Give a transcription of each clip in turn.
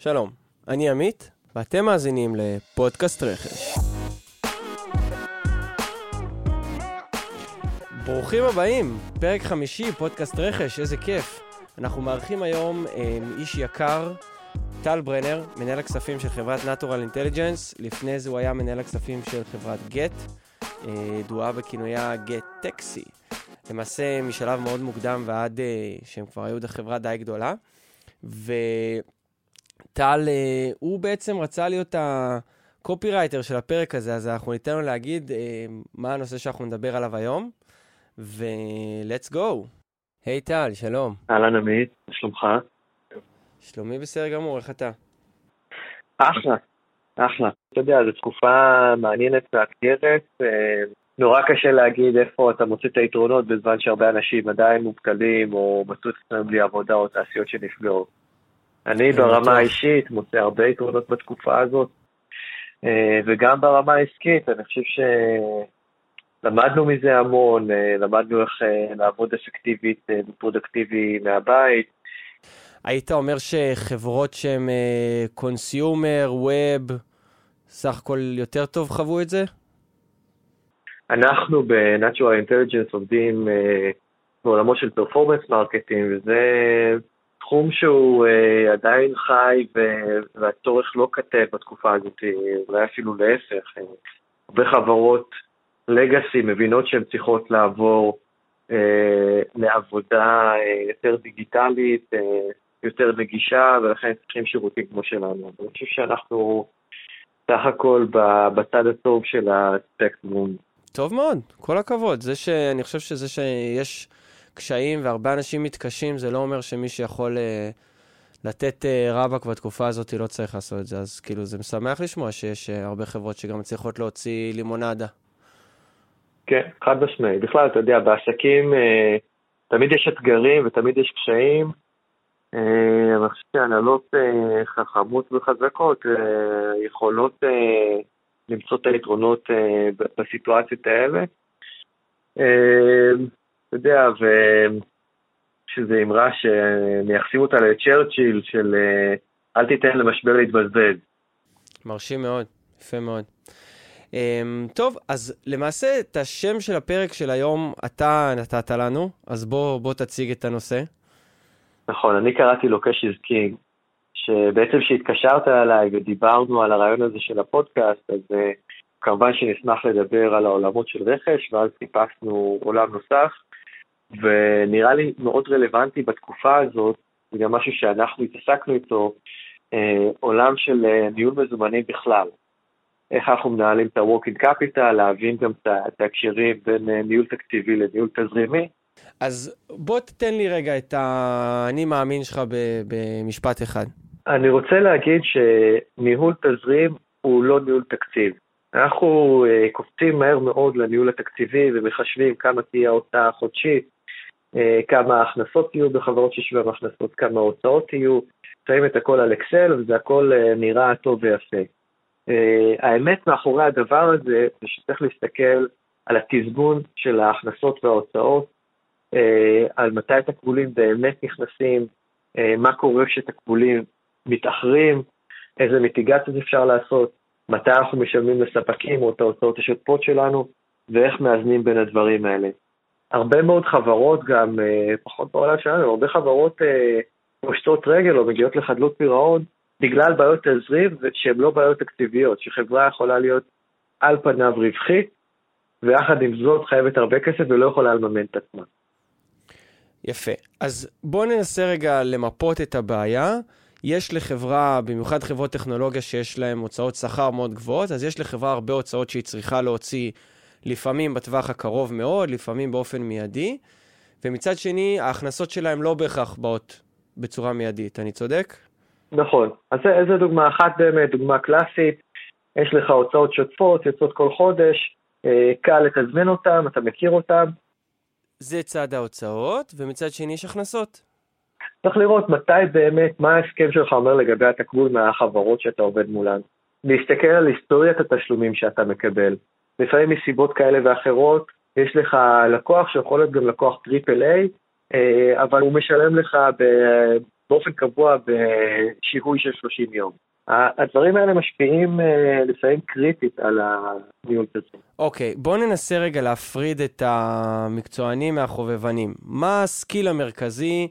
שלום, אני עמית, ואתם מאזינים לפודקאסט רכש. ברוכים הבאים, פרק 5, פודקאסט רכש, איזה כיף. אנחנו מארחים היום איש יקר, טל ברנר, מנהל הכספים של חברת Natural Intelligence. לפני זה הוא היה מנהל הכספים של חברת Get, ידועה בכינויה Get Taxi. למעשה משלב מאוד מוקדם ועד שהם כבר היו חברה די גדולה. וטל, הוא בעצם רצה להיות הקופירייטר של הפרק הזה, אז אנחנו ניתן לו להגיד מה הנושא שאנחנו נדבר עליו היום. ו-let's go. היי טל, שלום. אהלן עמית, שלומך? שלומי בסדר גמור, איך אתה? אחלה. אתה יודע, זו תקופה מעניינת מאתגרת. נורא קשה להגיד איפה אתה מוצא את היתרונות בזמן שהרבה אנשים עדיין מובטלים או מצאו את עצמם בלי עבודה או תעשיות שנפגעו. אני ברמה האישית מוצא הרבה יתרונות בתקופה הזאת, וגם ברמה העסקית. אני חושב שלמדנו מזה המון, למדנו איך לעבוד אפקטיבית ופרודקטיבי מהבית. היית אומר שחברות שהן קונסיומר, ווב, סך הכל יותר טוב חוו את זה? אנחנו ב-Natural Intelligence עובדים בעולמות של פרפורמנס מרקטינג, וזה תחום שהוא עדיין חי והצורך לא קטן בתקופה הזאת, אולי אפילו להפך. הרבה חברות לגאסי מבינות שהן צריכות לעבור לעבודה יותר דיגיטלית, יותר נגישה, ולכן צריכים שירותים כמו שלנו. אני חושב שאנחנו סך הכל בצד הטוב של הספקטרום. טוב מאוד, כל הכבוד. אני חושב שזה שיש קשיים והרבה אנשים מתקשים, זה לא אומר שמי שיכול לתת רבק בתקופה הזאת לא צריך לעשות את זה. אז כאילו זה משמח לשמוע שיש הרבה חברות שגם צריכות להוציא לימונדה. כן, חד משמעי. בכלל, אתה יודע, בעסקים תמיד יש אתגרים ותמיד יש קשיים. אני חושב שהנהלות חכמות וחזקות יכולות למצוא את היתרונות בסיטואציות האלה. אתה יודע, ושזה אמרה שמייחסים אותה לצ'רצ'יל של אל תיתן למשבר להתבזבז. מרשים מאוד, יפה מאוד. טוב, אז למעשה את השם של הפרק של היום אתה נתת לנו, אז בוא תציג את הנושא. נכון, אני קראתי לו קאש איז קינג, שבעצם שהתקשרת עליי ודיברנו על הרעיון הזה של הפודקאסט, אז כמובן שנשמח לדבר על העולמות של רכש, ואז חיפשנו עולם נוסף, ונראה לי מאוד רלוונטי בתקופה הזאת, זה גם משהו שאנחנו התעסקנו איתו, עולם של ניהול מזומנים בכלל. איך אנחנו מנהלים את ה-working capital, להבין גם את ההקשרים בין ניהול תקציבי לניהול תזרימי. אז בוא תתן לי רגע את אני מאמין שלך במשפט אחד. אני רוצה להגיד שניהול תזרים הוא לא ניהול תקציב. אנחנו קופצים מהר מאוד לניהול התקציבי ומחשבים כמה תהיה ההוצאה החודשית, כמה ההכנסות יהיו בחברות שיש בהן הכנסות, כמה ההוצאות יהיו, שמים את הכל על אקסל וזה הכל נראה טוב ויפה. האמת מאחורי הדבר הזה זה שצריך להסתכל על התזמון של ההכנסות וההוצאות, על מתי התקבולים באמת נכנסים, מה קורה כשתקבולים מתאחרים, איזה מיטיגציות אפשר לעשות, מתי אנחנו משלמים לספקים או את ההוצאות השוטפות שלנו, ואיך מאזנים בין הדברים האלה. הרבה מאוד חברות, גם פחות בעולם שלנו, הרבה חברות פושטות רגל או מגיעות לחדלות פירעון, בגלל בעיות תזרים שהן לא בעיות תקציביות, שחברה יכולה להיות על פניו רווחית, ויחד עם זאת חייבת הרבה כסף ולא יכולה לממן את עצמה. יפה. אז בואו ננסה רגע למפות את הבעיה. יש לחברה, במיוחד חברות טכנולוגיה שיש להן הוצאות שכר מאוד גבוהות, אז יש לחברה הרבה הוצאות שהיא צריכה להוציא לפעמים בטווח הקרוב מאוד, לפעמים באופן מיידי, ומצד שני ההכנסות שלהם לא בהכרח באות בצורה מיידית. אני צודק? נכון. אז זו דוגמה אחת באמת, דוגמה קלאסית. יש לך הוצאות שוטפות, יוצאות כל חודש, קל לתזמן אותם, אתה מכיר אותם. זה צד ההוצאות, ומצד שני יש הכנסות. צריך לראות מתי באמת, מה ההסכם שלך אומר לגבי התקבול מהחברות שאתה עובד מולן. להסתכל על היסטוריית התשלומים שאתה מקבל. לפעמים מסיבות כאלה ואחרות, יש לך לקוח שיכול להיות גם לקוח טריפל איי, אבל הוא משלם לך באופן קבוע בשיהוי של 30 יום. הדברים האלה משפיעים לפעמים קריטית על הניהול תזרים. אוקיי, בואו ננסה רגע להפריד את המקצוענים מהחובבנים. מה הסקיל המרכזי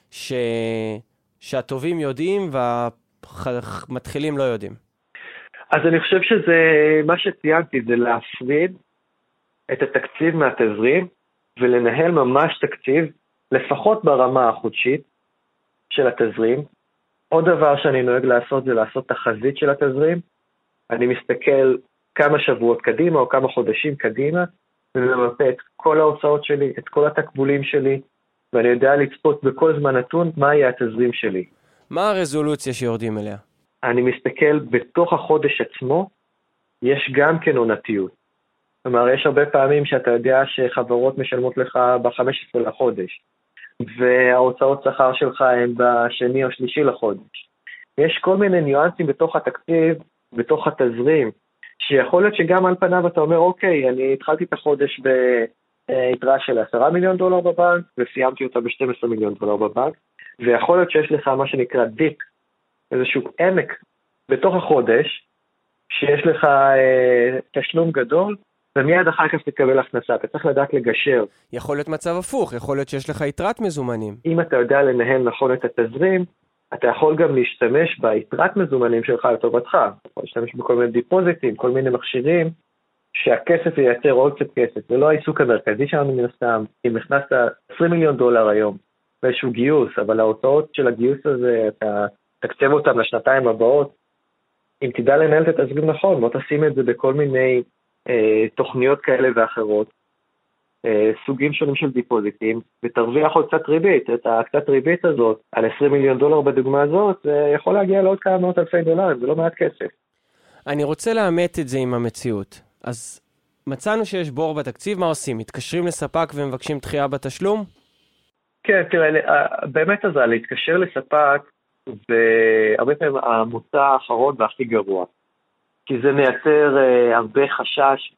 שהטובים יודעים והמתחילים לא יודעים? אז אני חושב שזה, מה שציינתי, זה להפריד את התקציב מהתזרים, ולנהל ממש תקציב, לפחות ברמה החודשית של התזרים. עוד דבר שאני נוהג לעשות זה לעשות תחזית של התזרים. אני מסתכל כמה שבועות קדימה או כמה חודשים קדימה, וממפה את כל ההוצאות שלי, את כל התקבולים שלי, ואני יודע לצפות בכל זמן נתון מה יהיה התזרים שלי. מה הרזולוציה שיורדים אליה? אני מסתכל בתוך החודש עצמו, יש גם כן עונתיות. כלומר, יש הרבה פעמים שאתה יודע שחברות משלמות לך ב-15 לחודש, וההוצאות שכר שלך הן בשני או שלישי לחודש. יש כל מיני ניואנסים בתוך התקציב, בתוך התזרים, שיכול להיות שגם על פניו אתה אומר, אוקיי, אני התחלתי את החודש ביתרה של $10 מיליון בבנק, וסיימתי אותה ב$12 מיליון בבנק, ויכול להיות שיש לך מה שנקרא דיפ, איזשהו עמק בתוך החודש, שיש לך תשלום גדול, ומיד אחר כך תקבל הכנסה, אתה צריך לדעת לגשר. יכול להיות מצב הפוך, יכול להיות שיש לך יתרת מזומנים. אם אתה יודע לנהל נכון את התזרים, אתה יכול גם להשתמש ביתרת מזומנים שלך לטובתך. אתה יכול להשתמש בכל מיני דיפוזיטים, כל מיני מכשירים, שהכסף ייצר עוד קצת כסף. זה לא העיסוק המרכזי שלנו מן הסתם. אם הכנסת $20 מיליון היום באיזשהו גיוס, אבל ההוצאות של הגיוס הזה, אתה תקצב אותם לשנתיים הבאות, אם תדע לנהל את התזרים נכון, בוא תשים את זה בכל מיני תוכניות כאלה ואחרות, סוגים שונים של דיפוזיטים, ותרוויח עוד קצת ריבית. את הקצת ריבית הזאת, על $20 מיליון בדוגמה הזאת, זה יכול להגיע לעוד כמה מאות אלפי דולרים, זה לא מעט כסף. אני רוצה לאמת את זה עם המציאות. אז מצאנו שיש בור בתקציב, מה עושים? מתקשרים לספק ומבקשים דחייה בתשלום? כן, תראה, באמת הזה, להתקשר לספק, והרבה פעמים המוצא האחרון והכי גרוע. כי זה מייצר הרבה חשש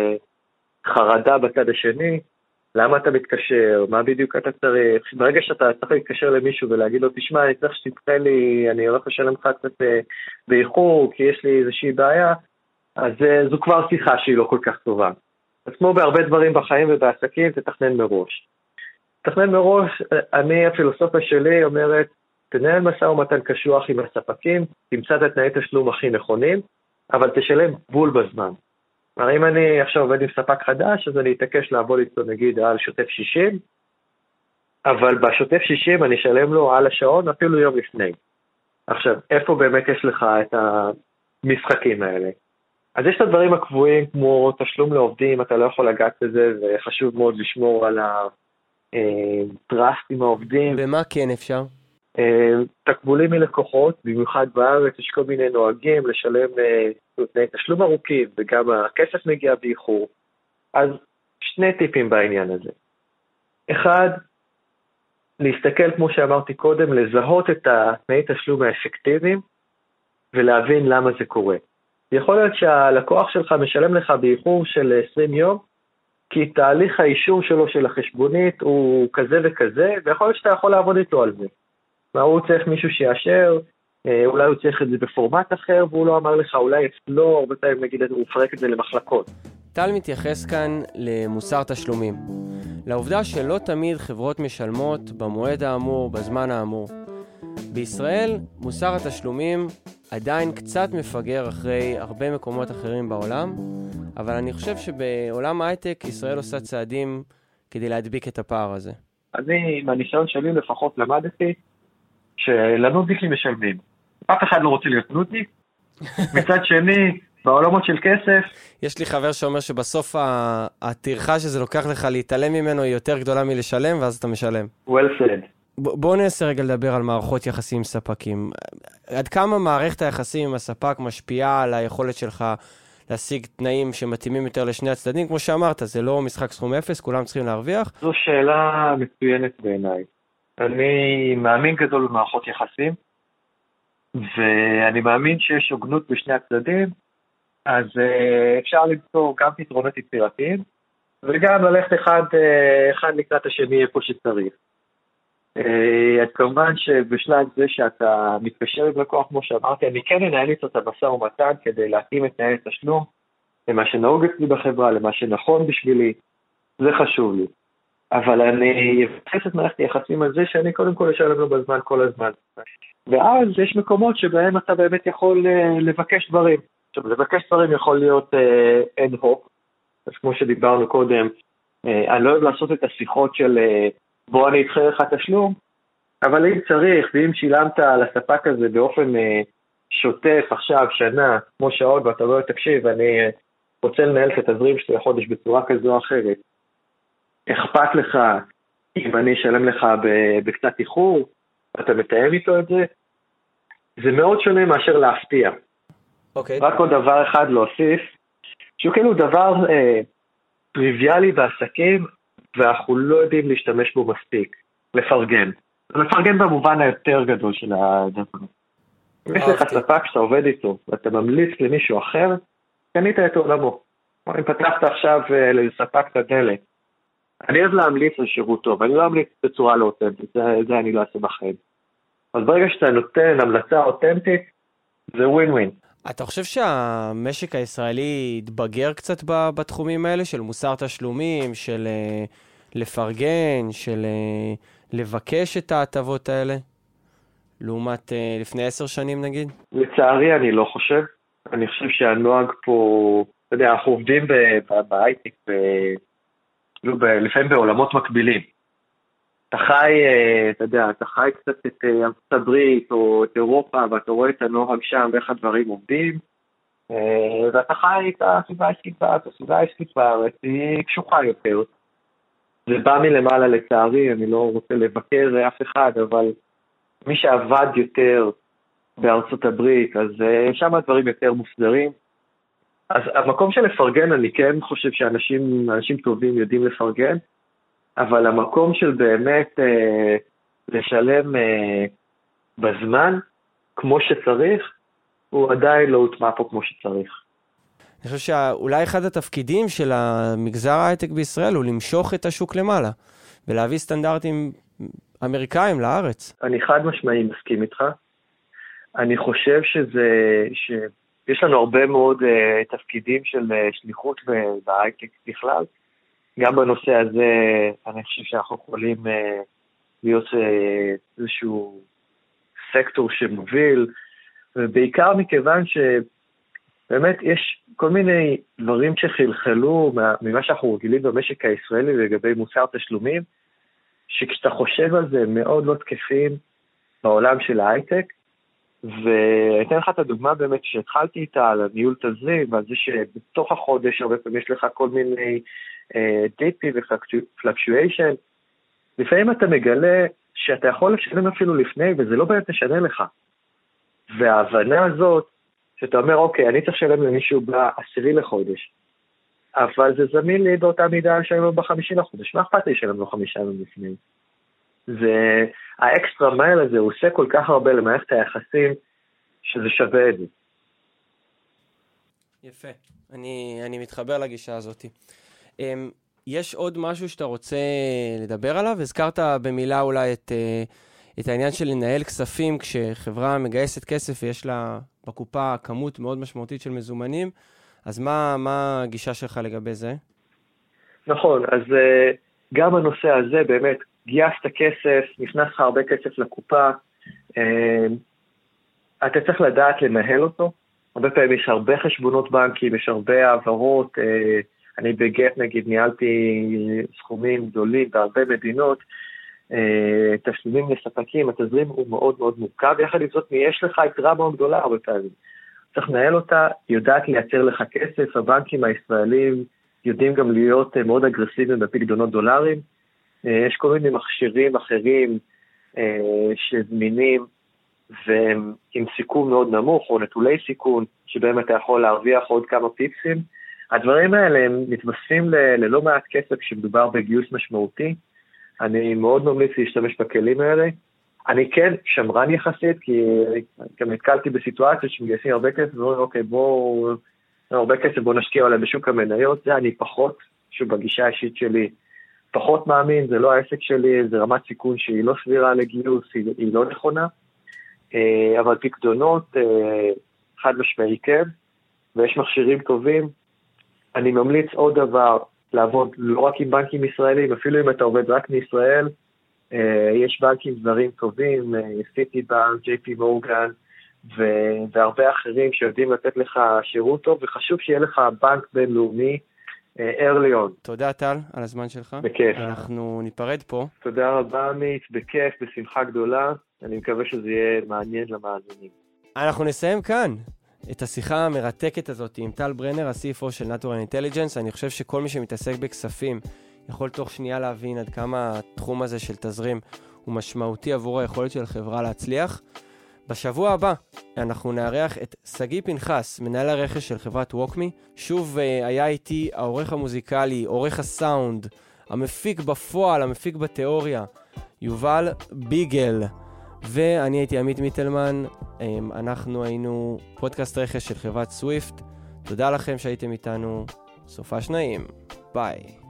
וחרדה בצד השני. למה אתה מתקשר? מה בדיוק אתה צריך? ברגע שאתה צריך להתקשר למישהו ולהגיד לו, תשמע, אני צריך שתדחה לי, אני הולך לשלם לך קצת באיחור, כי יש לי איזושהי בעיה, אז זו כבר שיחה שהיא לא כל כך טובה. אז כמו בהרבה דברים בחיים ובעסקים, תתכנן מראש. תתכנן מראש, הפילוסופיה שלי אומרת, תנהל משא ומתן קשוח עם הספקים, תמצא את התנאי תשלום הכי נכונים, אבל תשלם בול בזמן. כלומר, אם אני עכשיו עובד עם ספק חדש, אז אני אתעקש לעבוד איתו נגיד על שוטף 60, אבל בשוטף 60 אני אשלם לו על השעון אפילו יום לפני. עכשיו, איפה באמת יש לך את המשחקים האלה? אז יש את הדברים הקבועים כמו תשלום לעובדים, אתה לא יכול לגעת בזה, וחשוב מאוד לשמור על הטראסט עם העובדים. במה כן אפשר? תקבולים מלקוחות, במיוחד בארץ יש כל מיני נוהגים לשלם תנאי תשלום ארוכים, וגם הכסף מגיע באיחור. אז שני טיפים בעניין הזה. אחד, להסתכל כמו שאמרתי קודם, לזהות את התנאי תשלום האפקטיביים, ולהבין למה זה קורה. יכול להיות שהלקוח שלך משלם לך באיחור של 20 יום, כי תהליך האישור שלו של החשבונית הוא כזה וכזה, ויכול להיות שאתה יכול לעבוד איתו על זה. הוא צריך מישהו שיאשר, אולי הוא צריך את זה בפורמט אחר, והוא לא אמר לך, אולי אצלו, הרבה פעמים נגיד, הוא מפרק את זה למחלקות. טל מתייחס כאן למוסר תשלומים. לעובדה שלא תמיד חברות משלמות במועד האמור, בזמן האמור. בישראל, מוסר התשלומים עדיין קצת מפגר אחרי הרבה מקומות אחרים בעולם, אבל אני חושב שבעולם ההייטק ישראל עושה צעדים כדי להדביק את הפער הזה. אני, מהניסיון שלי לפחות למדתי, שלנודניקים משלמים. אף אחד לא רוצה להיות נודניק. מצד שני, בעולמות של כסף... יש לי חבר שאומר שבסוף הטרחה שזה לוקח לך להתעלם ממנו היא יותר גדולה מלשלם, ואז אתה משלם. Well said. בואו ננסה רגע לדבר על מערכות יחסים עם ספקים. עד כמה מערכת היחסים עם הספק משפיעה על היכולת שלך להשיג תנאים שמתאימים יותר לשני הצדדים? כמו שאמרת, זה לא משחק סכום אפס, כולם צריכים להרוויח. זו שאלה מצוינת בעיניי. אני מאמין גדול במערכות יחסים, ואני מאמין שיש הוגנות בשני הצדדים, אז אפשר למצוא גם פתרונות יצירתיים, וגם ללכת אחד לקראת השני איפה שצריך. אז כמובן שבשלב זה שאתה מתקשר עם לקוח, כמו שאמרתי, אני כן אנהל איתו את המשא ומתן כדי להתאים את תנאי התשלום למה שנהוג אצלי בחברה, למה שנכון בשבילי, זה חשוב לי. אבל אני אבסס את מערכת היחסים על זה שאני קודם כל אשלם לו בזמן כל הזמן. ואז יש מקומות שבהם אתה באמת יכול לבקש דברים. עכשיו, לבקש דברים יכול להיות אד הוק, אז כמו שדיברנו קודם, אני לא אוהב לעשות את השיחות של בוא אני אתחר לך תשלום, אבל אם צריך, ואם שילמת לספק הזה באופן שוטף עכשיו, שנה, כמו שעות, ואתה אומר, תקשיב, אני רוצה לנהל את התזרים שלי החודש בצורה כזו או אחרת, אכפת לך אם אני אשלם לך בקצת איחור, אתה מתאם איתו את זה, זה מאוד שונה מאשר להפתיע. אוקיי. רק עוד דבר אחד להוסיף, שהוא כאילו דבר טריוויאלי בעסקים, ואנחנו לא יודעים להשתמש בו מספיק, לפרגן. לפרגן במובן היותר גדול של הדבר. אם יש לך ספק שאתה עובד איתו, ואתה ממליץ למישהו אחר, קנית את עולמו. אם פתחת עכשיו לספק את הדלק, אני אוהב להמליץ על שירות טוב, אני לא אמליץ בצורה לא אותנטית, זה אני לא אעשה בחיים. אז ברגע שאתה נותן המלצה אותנטית, זה ווין ווין. אתה חושב שהמשק הישראלי התבגר קצת בתחומים האלה של מוסר תשלומים, של לפרגן, של לבקש את ההטבות האלה, לעומת לפני 10 שנים נגיד? לצערי אני לא חושב. אני חושב שהנוהג פה, אתה יודע, אנחנו עובדים בהייטק, לפעמים בעולמות מקבילים. אתה חי, אתה יודע, אתה חי קצת את ארצות הברית או את אירופה, ואתה רואה את הנוהג שם ואיך הדברים עובדים, ואתה חי את הסביבה העסקית בארץ. הסביבה העסקית בארץ היא קשוחה יותר. זה בא מלמעלה לצערי, אני לא רוצה לבקר אף אחד, אבל מי שעבד יותר בארצות הברית, אז שם הדברים יותר מוסדרים. אז המקום של לפרגן, אני כן חושב שאנשים טובים יודעים לפרגן, אבל המקום של באמת לשלם בזמן כמו שצריך, הוא עדיין לא הוטמע פה כמו שצריך. אני חושב שאולי אחד התפקידים של המגזר ההייטק בישראל הוא למשוך את השוק למעלה, ולהביא סטנדרטים אמריקאים לארץ. אני חד משמעי מסכים איתך. אני חושב שיש לנו הרבה מאוד תפקידים של שליחות בהייטק בכלל. גם בנושא הזה אני חושב שאנחנו יכולים להיות איזשהו סקטור שמוביל, ובעיקר מכיוון שבאמת יש כל מיני דברים שחלחלו ממה שאנחנו רגילים במשק הישראלי לגבי מוסר תשלומים, שכשאתה חושב על זה מאוד לא תקפים בעולם של ההייטק, ואני אתן לך את הדוגמה באמת שהתחלתי איתה על הניהול תזרים, ועל זה שבתוך החודש הרבה פעמים יש לך כל מיני דיפים ופלקשואשן, לפעמים אתה מגלה שאתה יכול לשלם אפילו לפני, וזה לא באמת משנה לך. וההבנה הזאת, שאתה אומר, אוקיי, אני צריך לשלם למישהו ב10 לחודש, אבל זה זמין לי באותה מידה לשלם לו ב5 לחודש, מה אכפת לי לשלם לו 5 ימים לפני? זה, האקסטרה מייל הזה, הוא עושה כל כך הרבה למערכת היחסים, שזה שווה את זה. יפה, אני מתחבר לגישה הזאת. יש עוד משהו שאתה רוצה לדבר עליו? הזכרת במילה אולי את העניין של לנהל כספים, כשחברה מגייסת כסף ויש לה בקופה כמות מאוד משמעותית של מזומנים, אז מה הגישה שלך לגבי זה? נכון, אז גם הנושא הזה באמת, גייסת כסף, נכנס לך הרבה כסף לקופה, אתה צריך לדעת לנהל אותו. הרבה פעמים יש הרבה חשבונות בנקים, יש הרבה העברות, אני בגט נגיד ניהלתי סכומים גדולים בהרבה מדינות, תשלומים לספקים, התזרים הוא מאוד מאוד מורכב, יחד עם זאת יש לך יתרה מאוד גדולה הרבה פעמים. צריך לנהל אותה, יודעת לייצר לך כסף, הבנקים הישראלים יודעים גם להיות מאוד אגרסיביים בפקדונות דולרים, יש כל מיני מכשירים אחרים שזמינים והם עם סיכון מאוד נמוך או נטולי סיכון, שבהם אתה יכול להרוויח עוד כמה פיפסים. הדברים האלה הם מתווספים ללא מעט כסף כשמדובר בגיוס משמעותי. אני מאוד ממליץ להשתמש בכלים האלה. אני כן שמרן יחסית, כי גם נתקלתי בסיטואציה שמגייסים הרבה כסף, ואומרים, אוקיי, הרבה כסף בוא נשקיע עליהם בשוק המניות, זה אני פחות, שוב בגישה האישית שלי, פחות מאמין, זה לא העסק שלי, זה רמת סיכון שהיא לא סבירה לגיוס, היא לא נכונה, אבל פקדונות חד משמעי כן, ויש מכשירים טובים. אני ממליץ עוד דבר, לעבוד לא רק עם בנקים ישראלים, אפילו אם אתה עובד רק מישראל, יש בנקים זרים טובים, סיטי בנק, ג'יי פי מורגן, והרבה אחרים שיודעים לתת לך שירות טוב, וחשוב שיהיה לך בנק בינלאומי, early on. תודה טל על הזמן שלך. בכיף. אנחנו ניפרד פה. תודה רבה עמית, בכיף, בשמחה גדולה. אני מקווה שזה יהיה מעניין למאזינים. אנחנו נסיים כאן את השיחה המרתקת הזאת עם טל ברנר, ה-CFO של Natural Intelligence. אני חושב שכל מי שמתעסק בכספים יכול תוך שנייה להבין עד כמה התחום הזה של תזרים הוא משמעותי עבור היכולת של חברה להצליח. בשבוע הבא אנחנו נארח את סגי פנחס, מנהל הרכש של חברת ווקמי. שוב היה איתי העורך המוזיקלי, עורך הסאונד, המפיק בפועל, המפיק בתיאוריה, יובל ביגל. ואני הייתי עמית מיטלמן. אנחנו היינו פודקאסט רכש של חברת סוויפט. תודה לכם שהייתם איתנו. סופה שניים. ביי.